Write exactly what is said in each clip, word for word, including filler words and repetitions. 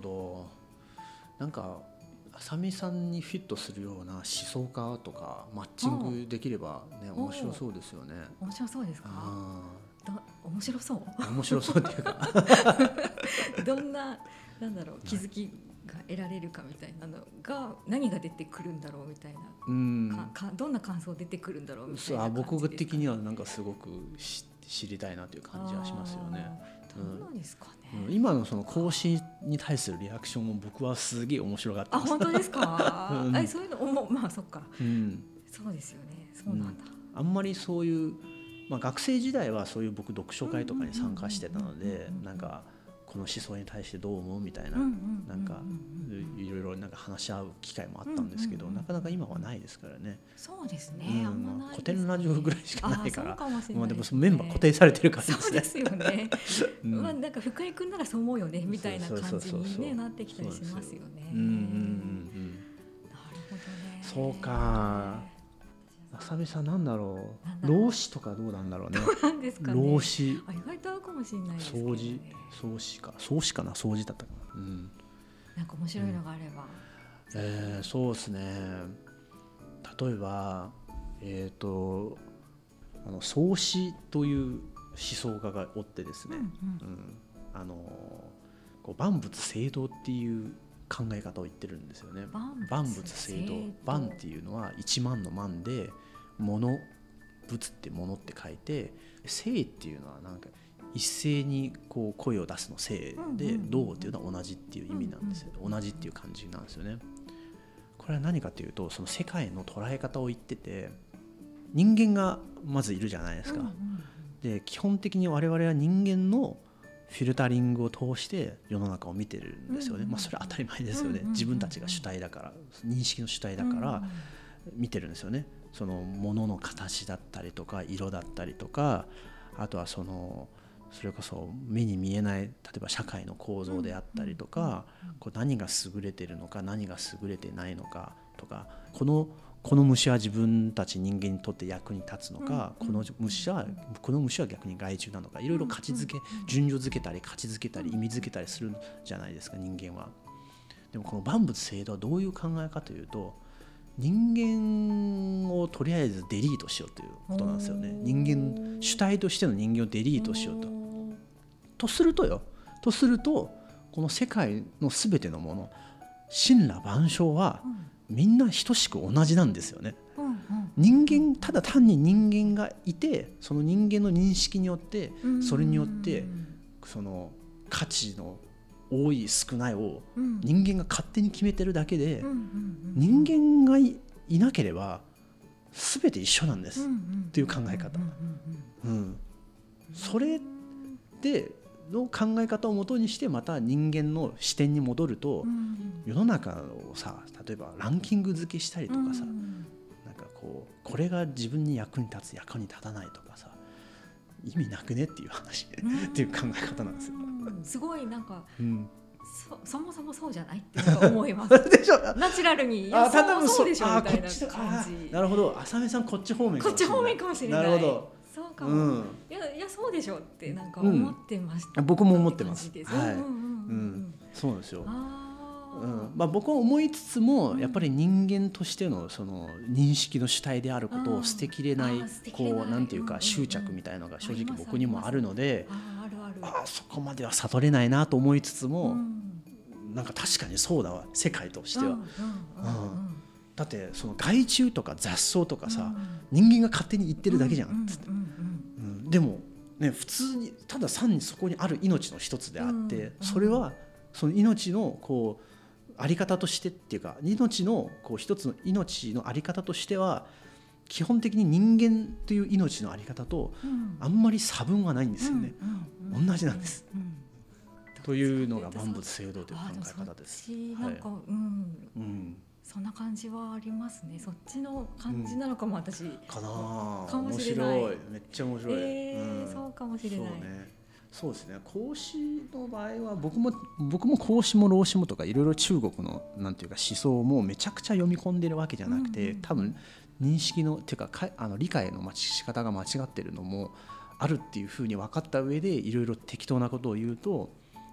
ど。なんか浅見さんにフィットするような思想家とかマッチングできればね、面白そうですよね。 面白そうですか？ど面白そう面白そうっていうかどんな、なんだろう、気づきが得られるかみたいなのが、何が出てくるんだろうみたいな、うん、かかどんな感想出てくるんだろうみたいな感じですか？ 僕的にはなんかすごく知りたいなという感じはしますよね。 どうなんですかね、 うん、今のその講師に対するリアクションも僕はすげえ面白がってます。 あ、本当ですか？ うん、 あ、そういうのも、まあそっか、 うん、 そうですよね、そうなんだ、 うん、あんまりそういう、まあ、学生時代はそういう僕読書会とかに参加してたので、なんかこの思想に対してどう思うみたいな、なんかいろいろなんか話し合う機会もあったんですけど、なかなか今はないですからね。 そうですね、うん、あんまないですね。古典ラジオぐらいしかないから、 あ、ね、 まあ、でもそのメンバー固定されてる感じですね。 そうですよね、うん、まあ、なんか深井君ならそう思うよねみたいな感じに、ね、なってきたりしますよね。うんうんうんうん、なるほどね。 そうか、浅見さんなんだろう、老子とかどうなんだろうね。 どうなんですかね。 老子、 あ、意外と合うかもしれないですけどね。 掃除、掃除か、掃除かな、掃除だったかな。うん、 なんか面白いのがあれば。うん、 えー、そうですね。例えば、えっと、あの創始という思想家がおってですね、うんうんうん、あのこう万物聖道っていう考え方を言ってるんですよね。万物聖道、万っていうのは一万の万で、物、物って物って書いて、聖っていうのはなんか一斉にこう声を出すの聖で、道っていうのは同じっていう意味なんですよ。同じっていう感じなんですよね。これは何かというと、その世界の捉え方を言ってて、人間がまずいるじゃないですか。で、基本的に我々は人間のフィルタリングを通して世の中を見てるんですよね。まあそれは当たり前ですよね。自分たちが主体だから、認識の主体だから見てるんですよね。その物の形だったりとか色だったりとか、あとはそのそれこそ目に見えない、例えば社会の構造であったりとか、こう何が優れてるのか何が優れてないのかとか、このこの虫は自分たち人間にとって役に立つのか、この虫はこの虫は逆に害虫なのか、いろいろ価値づけ、順序づけたり価値づけたり意味づけたりするじゃないですか、人間は。でもこの万物聖道はどういう考えかというと、人間をとりあえずデリートしようということなんですよね。人間主体としての人間をデリートしようと。とするとよ、とするとこの世界のすべてのもの、神羅万象はみんな等しく同じなんですよね。人間、ただ単に人間がいて、その人間の認識によって、それによってその価値の多い少ないを人間が勝手に決めてるだけで、人間が い, いなければ全て一緒なんですっていう考え方、うん、それでの考え方をもとにして、また人間の視点に戻ると、世の中をさ、例えばランキング付けしたりとかさ、なんかこうこれが自分に役に立つ役に立たないとかさ、意味なくねっていう話っていう考え方なんですよ。 すごいなんか、うん、そ, そもそもそうじゃないって思いますでしょ。 ナチュラルに、いや、そうそうでしょみたいな感じ。 なるほど、浅見さんこっち方面かもしれない。こっち方面かもしれない。なるほど、そうかも、うん、いやいやそうでしょってなんか思ってました、 うん、僕も思ってます。はい、うんうん、そうなんですよ。うん、まあ、僕は思いつつも、やっぱり人間としてのその認識の主体であることを捨てきれない、こうなんていうか執着みたいなのが正直僕にもあるので、ああそこまでは悟れないなと思いつつも、なんか確かにそうだわ、世界としては。だってその害虫とか雑草とかさ、人間が勝手に言ってるだけじゃんつって、でもね、普通にただ単にそこにある命の一つであって、それはその命のこうあり方としてっていうか、命のこう一つの命のあり方としては、基本的に人間という命のあり方とあんまり差分はないんですよね、うんうん、同じなんです、うんうん、というのが万物聖道という考え方です。 なんか、はい、うんうん、そんな感じはありますね。そっちの感じなのかも、うん、私かなかもしれない。 面白い、めっちゃ面白い、 えーうん、そうかもしれない。 そうね、そうですね。孔子の場合は僕も僕も孔子も老子もとかいろいろ中国のなんていうか思想もめちゃくちゃ読み込んでるわけじゃなくて、うんうん、多分認識のっていうか、かあの理解の仕方が間違ってるのもあるっていうふうに分かった上で、いろいろ適当なことを言うと、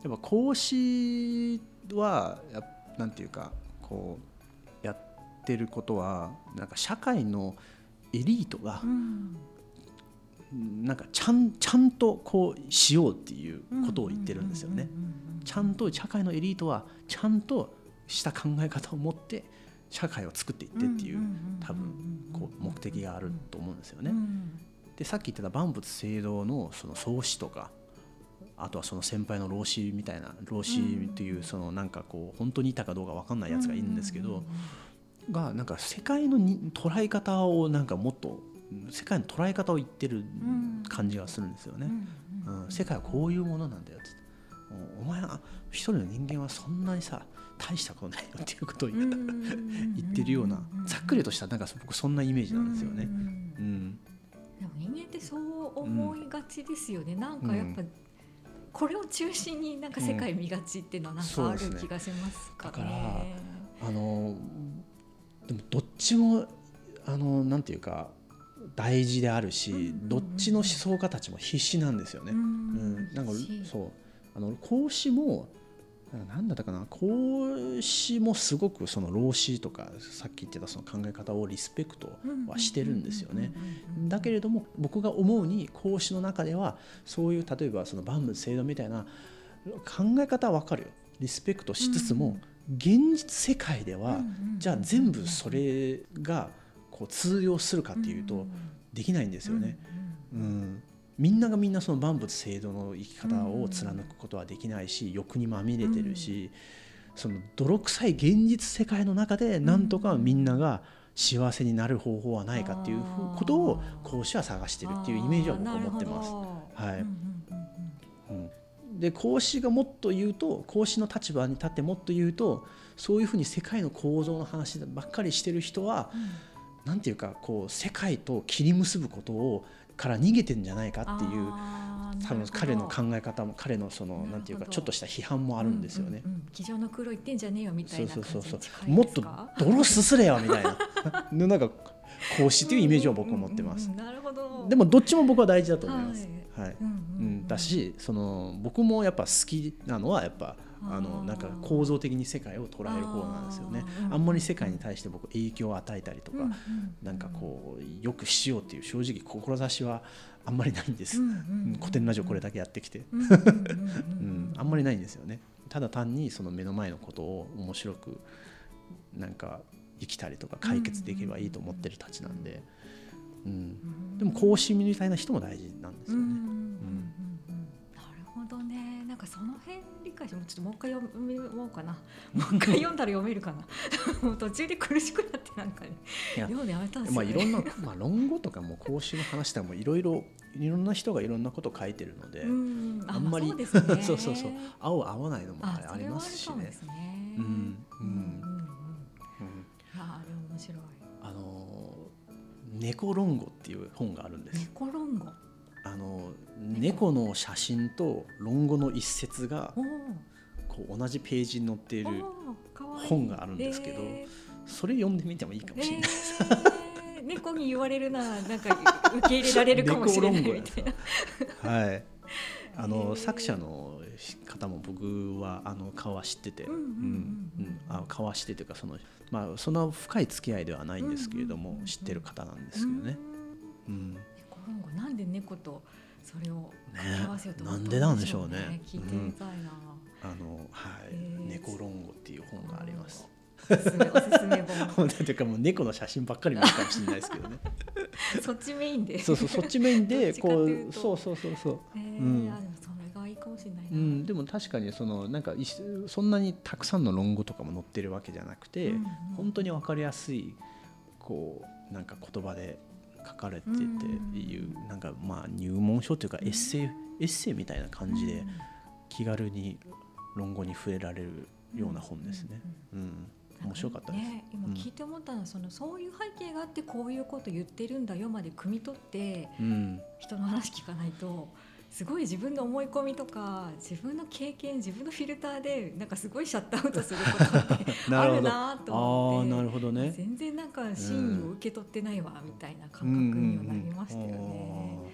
やっぱ孔子はやなんていうかこうやってることはなんか社会のエリートが、うんなんかちゃん、ちゃんとこうしようっていうことを言ってるんですよね。ちゃんと社会のエリートはちゃんとした考え方を持って社会を作っていってっていう多分こう目的があると思うんですよね。でさっき言ってた万物聖堂のその創始とかあとはその先輩の老子みたいな老子っていうそのなんかこう本当にいたかどうか分かんないやつがいるんですけどがなんか世界の捉え方をなんかもっと世界の捉え方を言ってる感じがするんですよね、うんうん、世界はこういうものなんだよってお前は一人の人間はそんなにさ大したことないよっていうことを言ってるようなざっくりとしたなんか僕そんなイメージなんですよね、うん、 でも人間ってそう思いがちですよね、うん、なんかやっぱこれを中心になんか世界見がちっていうのはなんかある気がしますかね、うん、だからあのでもどっちもあのなんていうか大事であるし、うんうんうん、どっちの思想家たちも必死なんですよね。うんうん、なんかそうあの孔子もなんだったかな孔子もすごくその老子とかさっき言ってたその考え方をリスペクトはしてるんですよね。だけれども僕が思うに孔子の中ではそういう例えばその万物聖堂みたいな考え方は分かるよリスペクトしつつも、うん、現実世界では、うん、じゃあ全部それがこう通用するかっていうとできないんですよね、うんうん、みんながみんなその万物聖堂の生き方を貫くことはできないし欲にまみれてるし、うん、その泥臭い現実世界の中でなんとかみんなが幸せになる方法はないかっていうことを孔子は探してるっていうイメージは僕は持ってます。はい、うんうん、で孔子がもっと言うと孔子の立場に立ってもっと言うとそういうふうに世界の構造の話ばっかりしてる人は、うんなんていうかこう世界と切り結ぶことをから逃げてるんじゃないかっていう多分彼の考え方も彼のそのなんていうかちょっとした批判もあるんですよね。 机上の黒言ってんじゃねえよみたいな感じに近いですか。そうそうそうそうもっと泥すすれよみたいななんか孔子というイメージを僕は持ってます。 なるほど。 でもどっちも僕は大事だと思います。はいはいうんうん、だしその僕もやっぱ好きなのはやっぱあのなんか構造的に世界を捉える方なんですよね。 あ, あんまり世界に対して僕影響を与えたりとか、うんうん、なんかこうよくしようっていう正直志はあんまりないんです、うんうん、古典ラジオこれだけやってきてあんまりないんですよね。ただ単にその目の前のことを面白くなんか生きたりとか解決できればいいと思ってるたちなんで、うん、でも孔子みたいな人も大事なんですよね、うんうん、 なるほどね。なんかその辺理解してもちょっともう一回読もうかなもう一回読んだら読めるかなもう途中で苦しくなってなんかね読んでやめたんですよね。 まあ、いろんな、まあ、論語とかも孔子の話でもいろいろいろんな人がいろんなこと書いてるのでうんあんまり、 まあ、そうですねそうそうそう合う合わないのもありますしね。うんうんうんあれ面白い。 あの猫論語っていう本があるんです。 猫論語あの猫の写真と論語の一節がこう同じページに載っている本があるんですけど、それ読んでみてもいいかもしれないです、 えー、猫に言われるななんか受け入れられるかもしれないみたいなはいあの作者の方も僕はあの顔は知ってて顔は知ってていうかその、まあ、そんな深い付き合いではないんですけれども、うんうんうんうん、知ってる方なんですけどね、うん、 猫論語なんで猫とそれを掛け合わせようと思ったんでしょうね。 なんでなんでしょうね。 聞いてみたいな、うん、 あのはい、猫論語っていう本があります。 おすすめ、おすすめ本。 というかもう猫の写真ばっかり見るかもしれないですけどね。 そっちメインで。 そうそうそっちメインでこうそうそうそうそう。 えーうん、あでもそれがいいかもしれないな。 うん、でも確かにそのなんかそんなにたくさんの論語とかも載ってるわけじゃなくて、うんうん、本当に分かりやすいこうなんか言葉で書かれてていう、うん、なんかまあ入門書というかエッセイ、うん、エッセイみたいな感じで気軽に論語に触れられるような本ですね。うん。うんうん面白かったです、ね、 今聞いて思ったのは、うん、そのそういう背景があってこういうこと言ってるんだよまで汲み取って、うん、人の話聞かないとすごい自分の思い込みとか自分の経験自分のフィルターでなんかすごいシャットアウトすることってあるなと思ってあなるほど、ね、 全然なんか真意を受け取ってないわみたいな感覚にはなりましたよね、うんうんうんうん、あ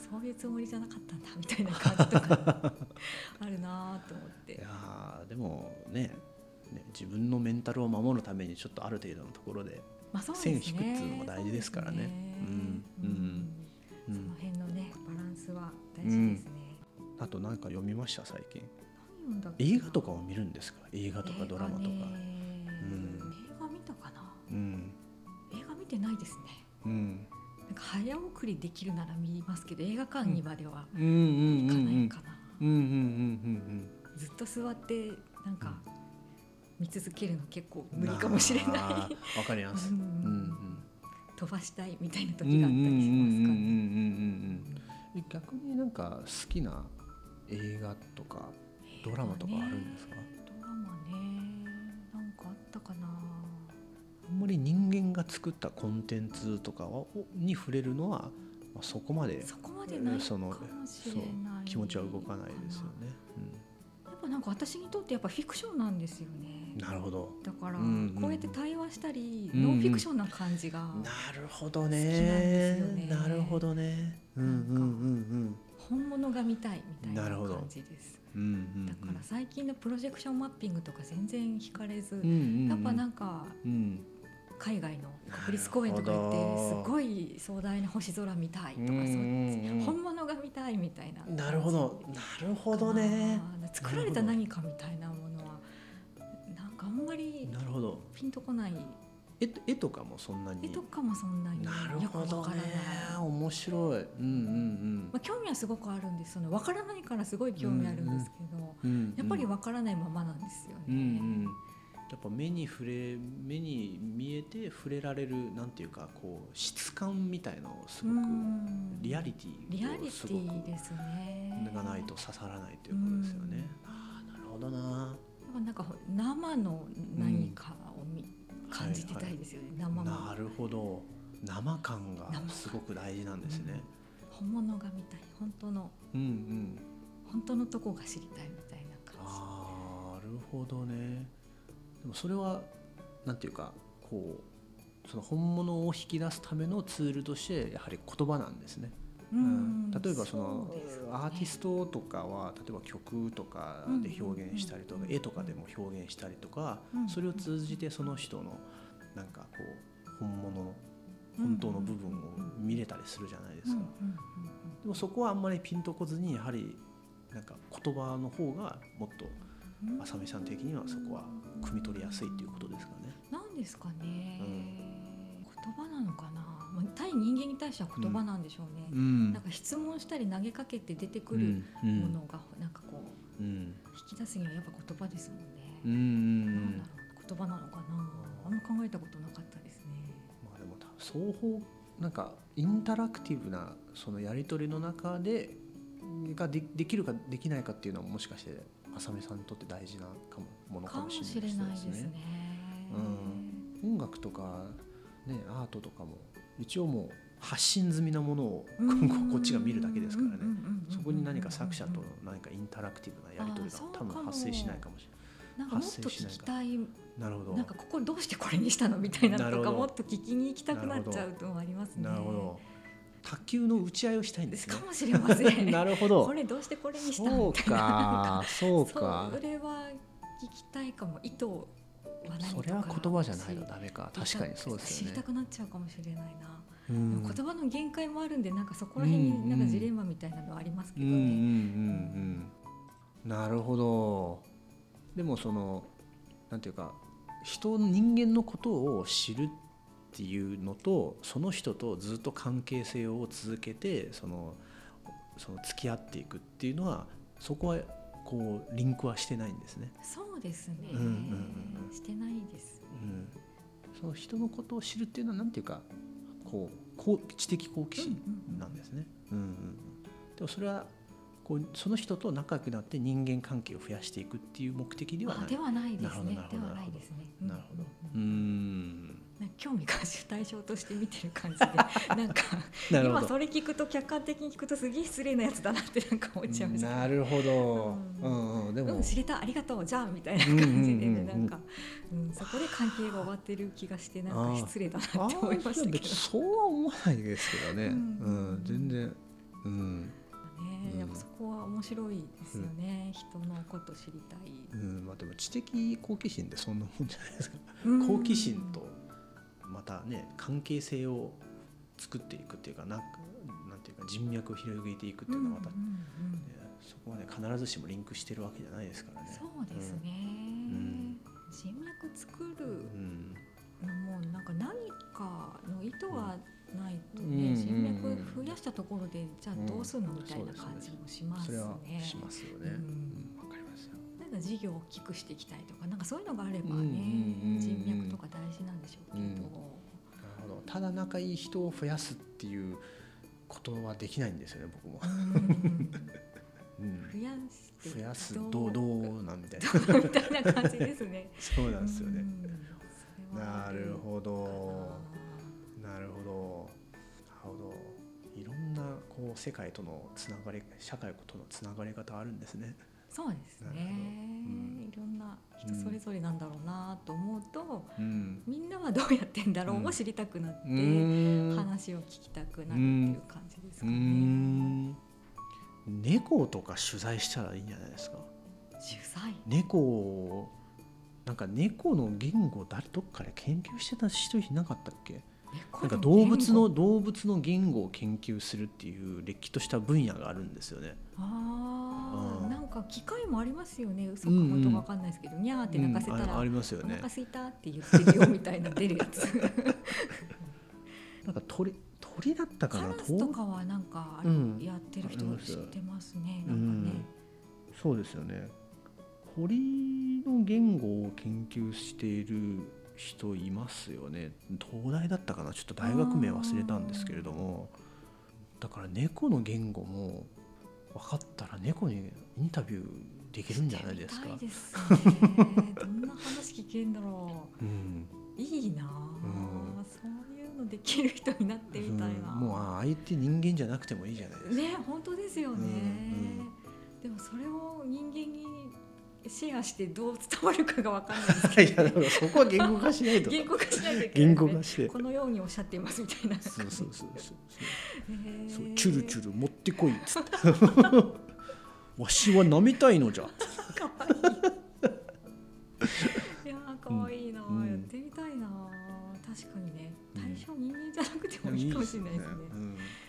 そういうつもりじゃなかったんだみたいな感じとかあるなと思って。 いやでも ね, ね自分のメンタルを守るためにちょっとある程度のところで線引くっていうのも大事ですからね。その辺のねバランスは大事ですね。 うん、あと何か読みました最近？ 何読んだっけ？ 映画とかを見るんですか？映画とかドラマとか。 映画、ねうん、 映画見たかな、 うん、 映画見てないですね。 うん、 なんか早送りできるなら見ますけど映画館にまでは行か行ないかな。ずっと座ってなんか見続けるの結構無理かもしれない。わかります、うんうん、 飛ばしたいみたいな時があったりしますかね。 逆になんか好きな映画とかドラマとかあるんですか？ ドラマね、なんかあったかな。 あんまり人間が作ったコンテンツとかに触れるのは、まあ、そこまでそこまでないかもしれない。 気持ちは動かないですよね。 うん、やっぱなんか私にとってやっぱフィクションなんですよね。 なるほど。 だからこうやって対話したり、うんうん、ノンフィクションな感じが好きなんですよね。 なるほどね。うんうんうんうん。 本物が見たいみたいな感じです。 うんうんうん、 だから最近のプロジェクションマッピングとか全然惹かれず、 うんうんうん、 やっぱなんか、うん、海外の国立公園とか行ってすごい壮大な星空見たいとか、そっち本物が見たいみたいな。 なるほどなるほどね。 作られた何かみたいなものはなんかあんまりピンとこない。 絵, 絵とかもそんなに絵とかもそんなによくわからない。 面白い、うんうんうんまあ、興味はすごくあるんです。その分からないからすごい興味あるんですけど、うんうん、やっぱり分からないままなんですよね。うんうん、 やっぱ目に触れ目に見えて触れられるなんていうかこう質感みたいのをすごくリアリティをすごくですね。 がないと刺さらないということですよね。ああなるほどな。 なんか生の何かを見、うん感じてたいですよね、はいはい、生なるほど。生感がすごく大事なんですね。 うん、本物が見たい本当の、うんうん、本当のとこが知りたいみたいな感じ。 あなるほどね。でもそれはなんていうかこうその本物を引き出すためのツールとしてやはり言葉なんですね。うん、例えばそのアーティストとかは例えば曲とかで表現したりとか絵とかでも表現したりとかそれを通じてその人のなんかこう本物の本当の部分を見れたりするじゃないですか。でもそこはあんまりピンとこずにやはりなんか言葉の方がもっと浅見さん的にはそこは汲み取りやすいっていうことですかね。 なんですかね、うん、言葉なのかな。対人間に対しては言葉なんでしょうね、うん、なんか質問したり投げかけて出てくるものがなんかこう、うん、引き出すにはやっぱ言葉ですもんね、うん、なんだろう言葉なのかな。あんま考えたことなかったですね。 まあ、でも双方なんかインタラクティブなそのやり取りの中でが で, できるかできないかっていうのはもしかして浅見さんにとって大事なかもものかもしれないですね。 ですね、 うん、音楽とか、ね、アートとかも一応もう発信済みなものを今後こっちが見るだけですからね。そこに何か作者と何かインタラクティブなやり取りが多分発生しないかもしれない。 なんかもっと聞きたい。 なるほど。 なんかここどうしてこれにしたのみたいなのとかもっと聞きに行きたくなっちゃうともありますね。 なるほど。卓球の打ち合いをしたいんですね。 かもしれません。 なるほど。 これどうしてこれにしたのみたいな。そうか、そうか。 それは聞きたいかも。意図は何とか。 それは言葉じゃないのダメか。確かにそうですよね。 知りたくなっちゃうかもしれないな。うん、言葉の限界もあるんでなんかそこら辺になんかジレンマみたいなのはありますけどね。うんうんうんうん、なるほど。でもそのなんていうか人人間のことを知るっていうのとその人とずっと関係性を続けてそのその付き合っていくっていうのはそこはこうリンクはしてないんですね。 そうですね、うんうんうん、してないです、うん、 その人のことを知るっていうのはなんていうかこう知的好奇心なんですね、うんうんうん、でもそれはこうその人と仲良くなって人間関係を増やしていくっていう目的ではない。 あではないですね。ではないですね。 なるほど。うん。 興味関心対象として見てる感じでなんか今それ聞くと客観的に聞くとすげえ失礼なやつだなってなんか思っちゃいました。 なるほど、うんうん、でも、 うん、知れたありがとうじゃあみたいな感じで、ね、なんか、うん、そこで関係が終わってる気がしてなんか失礼だなって思いましたけど。 そうは思わないですけどね、うんうん、全然、ううんね、やっぱそこは面白いですよね、うん、人のこと知りたい、 うんまあ、でも知的好奇心ってそんなもんじゃないですか、うん、好奇心とまたね関係性を作っていくっていうかなんかなんていうか人脈を広げていくっていうのはまた、うんうんうんね、そこはね必ずしもリンクしてるわけじゃないですからね。 そうですね、うん、人脈作るのもなんか何かの意図がないとね、うん、人脈増やしたところでじゃあどうするのみたいな感じもしますね。 それはしますよね。わ、うん、かりますよ。 なんか事業を大きくしていきたいとかなんかそういうのがあればね、うん、人脈とか大事なんでしょうけど、うん、なるほど。ただ仲いい人を増やすっていうことはできないんですよね僕も。うん、 増やして増やすどうどうなんみたいなみたいな感じですね。 そうなんですよね。なるほど。なるほど。なるほど。いろんなこう世界とのつながり、社会とのつながり方あるんですね。 そうですね。うん、いろんな人それぞれなんだろうなと思うと、うん、みんなはどうやってんだろうを知りたくなって、うん、話を聞きたくなるっていう感じですかね。うん、 猫とか取材したらいいんじゃないですか。 取材。 猫なんか猫の言語誰どっかで研究してた人いなかったっけ？なんか動物の動物の言語を研究するっていうれっきとした分野があるんですよね。 ああ、うん、なんか機械もありますよね。嘘か本当か分かんないですけど、うんうん、ニャーって鳴かせたら、うん、あ, ありますよね。お腹すいたって言ってるよみたいな出るやつ。 なんか鳥鳥だったかな。 カラスとかはなんかあれ、うん、やってる人知ってますね。なんかね、うん。そうですよね。 鳥の言語を研究している人いますよね。東大だったかな、ちょっと大学名忘れたんですけれども、だから猫の言語も分かったら猫にインタビューできるんじゃないですか。 してみたいですね。どんな話聞けるんだろう、うん、いいな、うん、そういうのできる人になってみたいな、 うん、もう相手人間じゃなくてもいいじゃないですかね。本当ですよね、うんうん、でもそれを人間にシェアしてどう伝わるかが分かんないですけど、ね、 いやそこは言語化しないと言語化しないといけない、ね、 言語化してこのようにおっしゃっていますみたいな。 そうそうそうそう、えー、そうチュルチュル持ってこいっつってわしは舐めたいのじゃ。 かわいい。いやかわいいな、うん、やってみたいな。確かにね、対象人間じゃなくてもいいかもしれないですね。うんうん